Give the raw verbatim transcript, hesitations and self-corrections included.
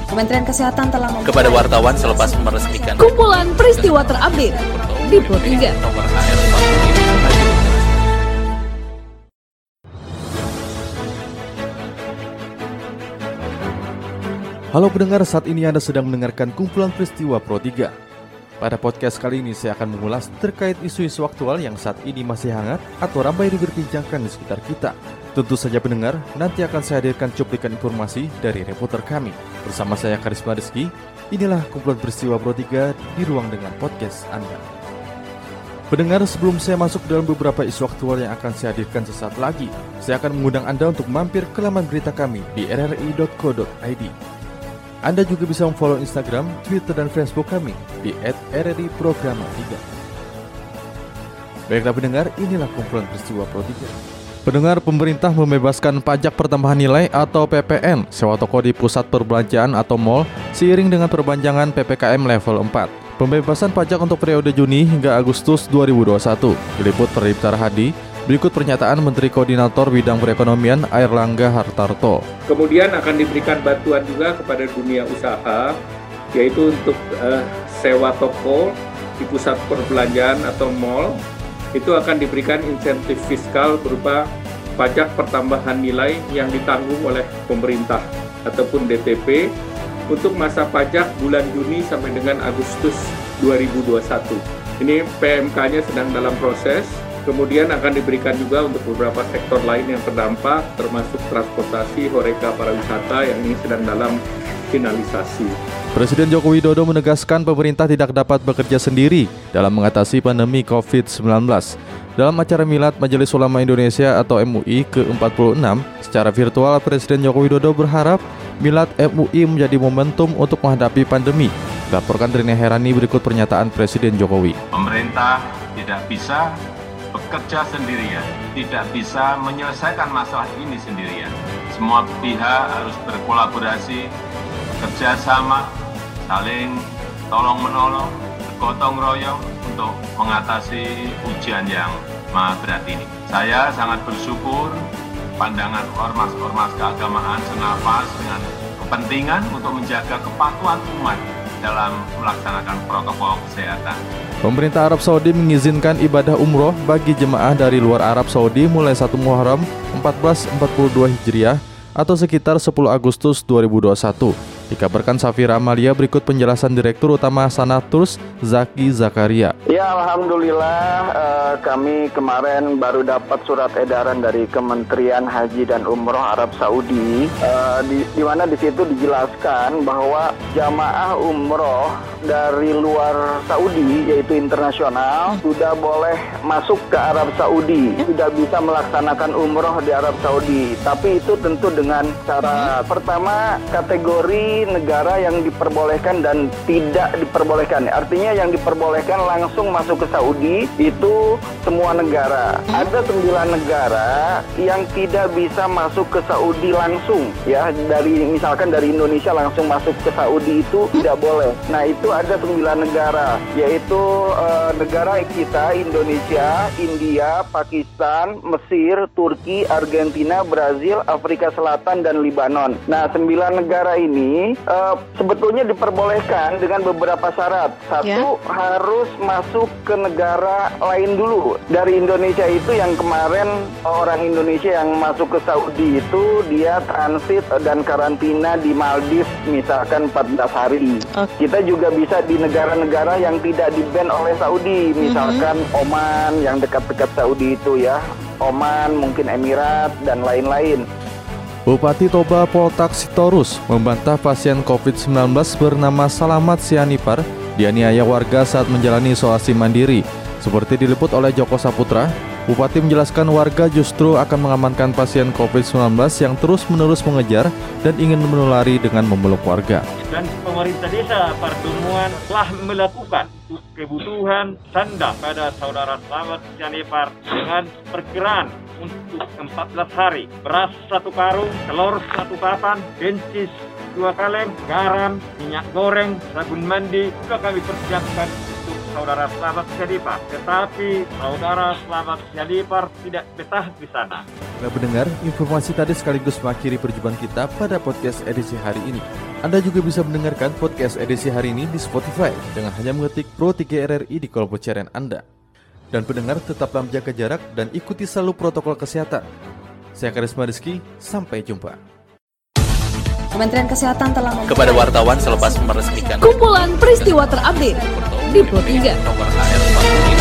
Kementerian Kesehatan telah memulai kepada wartawan selepas meresmikan kumpulan peristiwa terupdate di Pro tiga. Halo pendengar, saat ini Anda sedang mendengarkan kumpulan peristiwa Pro tiga. Pada podcast kali ini saya akan mengulas terkait isu-isu aktual yang saat ini masih hangat atau ramai diperbincangkan di sekitar kita. Tentu saja pendengar, nanti akan saya hadirkan cuplikan informasi dari reporter kami. Bersama saya Karisma Rizky, inilah kumpulan peristiwa Pro tiga di ruang dengar podcast Anda. Pendengar, sebelum saya masuk dalam beberapa isu aktual yang akan saya hadirkan sesaat lagi, saya akan mengundang Anda untuk mampir ke laman berita kami di r r i dot co dot i d. Anda juga bisa memfollow Instagram, Twitter, dan Facebook kami di et r r i programa tiga. Baiklah pendengar, inilah kumpulan peristiwa Pro tiga. Pendengar, pemerintah membebaskan pajak pertambahan nilai atau P P N sewa toko di pusat perbelanjaan atau mal seiring dengan perpanjangan P P K M level empat. Pembebasan pajak untuk periode Juni hingga Agustus dua ribu dua puluh satu. Diliput Perdiptar Hadi. Berikut pernyataan Menteri Koordinator Bidang Perekonomian Airlangga Hartarto. Kemudian akan diberikan bantuan juga kepada dunia usaha, yaitu untuk uh, sewa toko di pusat perbelanjaan atau mal. Itu akan diberikan insentif fiskal berupa pajak pertambahan nilai yang ditanggung oleh pemerintah ataupun D T P untuk masa pajak bulan Juni sampai dengan Agustus dua ribu dua puluh satu. Ini P M K-nya sedang dalam proses. Kemudian akan diberikan juga untuk beberapa sektor lain yang terdampak, termasuk transportasi, horeca, pariwisata yang ini sedang dalam finalisasi. Presiden Joko Widodo menegaskan pemerintah tidak dapat bekerja sendiri dalam mengatasi pandemi covid sembilan belas. Dalam acara Milad Majelis Ulama Indonesia atau M U I ke empat puluh enam, secara virtual Presiden Joko Widodo berharap Milad M U I menjadi momentum untuk menghadapi pandemi. Laporkan Rina Herani, berikut pernyataan Presiden Jokowi. Pemerintah tidak bisa bekerja sendirian, tidak bisa menyelesaikan masalah ini sendirian. Semua pihak harus berkolaborasi, bekerja sama, saling tolong-menolong, bergotong royong untuk mengatasi ujian yang maha berat ini. Saya sangat bersyukur pandangan ormas-ormas keagamaan senapas dengan kepentingan untuk menjaga kepatuhan umat dalam melaksanakan protokol kesehatan. Pemerintah Arab Saudi mengizinkan ibadah umroh bagi jemaah dari luar Arab Saudi mulai satu Muharram seribu empat ratus empat puluh dua Hijriah atau sekitar sepuluh Agustus dua ribu dua puluh satu. Dikabarkan Safira Amalia, berikut penjelasan Direktur Utama Sanaturs Zaki Zakaria. Ya, alhamdulillah eh, kami kemarin baru dapat surat edaran dari Kementerian Haji dan Umroh Arab Saudi, eh, di, di mana di situ dijelaskan bahwa jamaah umroh dari luar Saudi, yaitu internasional, sudah boleh masuk ke Arab Saudi, sudah bisa melaksanakan umroh di Arab Saudi. Tapi itu tentu dengan cara pertama kategori negara yang diperbolehkan dan tidak diperbolehkan. Artinya yang diperbolehkan langsung masuk ke Saudi itu semua negara. Ada sembilan negara yang tidak bisa masuk ke Saudi langsung, ya, dari misalkan dari Indonesia langsung masuk ke Saudi itu tidak boleh. Nah, itu ada sembilan negara, yaitu uh, negara kita, Indonesia, India, Pakistan, Mesir, Turki, Argentina, Brazil, Afrika Selatan, dan Libanon. Nah, sembilan negara ini Uh, sebetulnya diperbolehkan dengan beberapa syarat. Satu, yeah. harus masuk ke negara lain dulu. Dari Indonesia itu yang kemarin orang Indonesia yang masuk ke Saudi itu dia transit dan karantina di Maldives misalkan empat belas hari. Okay. Kita juga bisa di negara-negara yang tidak di-ban oleh Saudi, misalkan mm-hmm. Oman yang dekat-dekat Saudi itu, ya. Oman, mungkin Emirat dan lain-lain. Bupati Toba Poltak Sitorus membantah pasien covid sembilan belas bernama Salamat Sianipar dianiaya warga saat menjalani isolasi mandiri. Seperti diliput oleh Joko Saputra, Bupati menjelaskan warga justru akan mengamankan pasien covid sembilan belas yang terus-menerus mengejar dan ingin menulari dengan memeluk warga. Dan pemerintah desa Partemuan telah melakukan kebutuhan sandang pada saudara Salamat Sianipar dengan perkiraan untuk empat belas hari, beras satu karung, telur satu papan, bensin dua kaleng, garam, minyak goreng, sabun mandi sudah kami persiapkan untuk saudara Slamet Sianipar. Tetapi saudara Slamet Sianipar tidak betah di sana. Nah, pendengar, informasi tadi sekaligus mengakhiri perjumpaan kita pada podcast edisi hari ini. Anda juga bisa mendengarkan podcast edisi hari ini di Spotify dengan hanya mengetik Pro tiga R R I di kolom pencarian Anda. Dan pendengar tetaplah menjaga jarak dan ikuti selalu protokol kesehatan. Saya Karisma Rizky, sampai jumpa. Kementerian Kesehatan telah membuka Kepada wartawan selepas meresmikan kumpulan peristiwa terupdate di Pro tiga. nomor H R empat puluh lima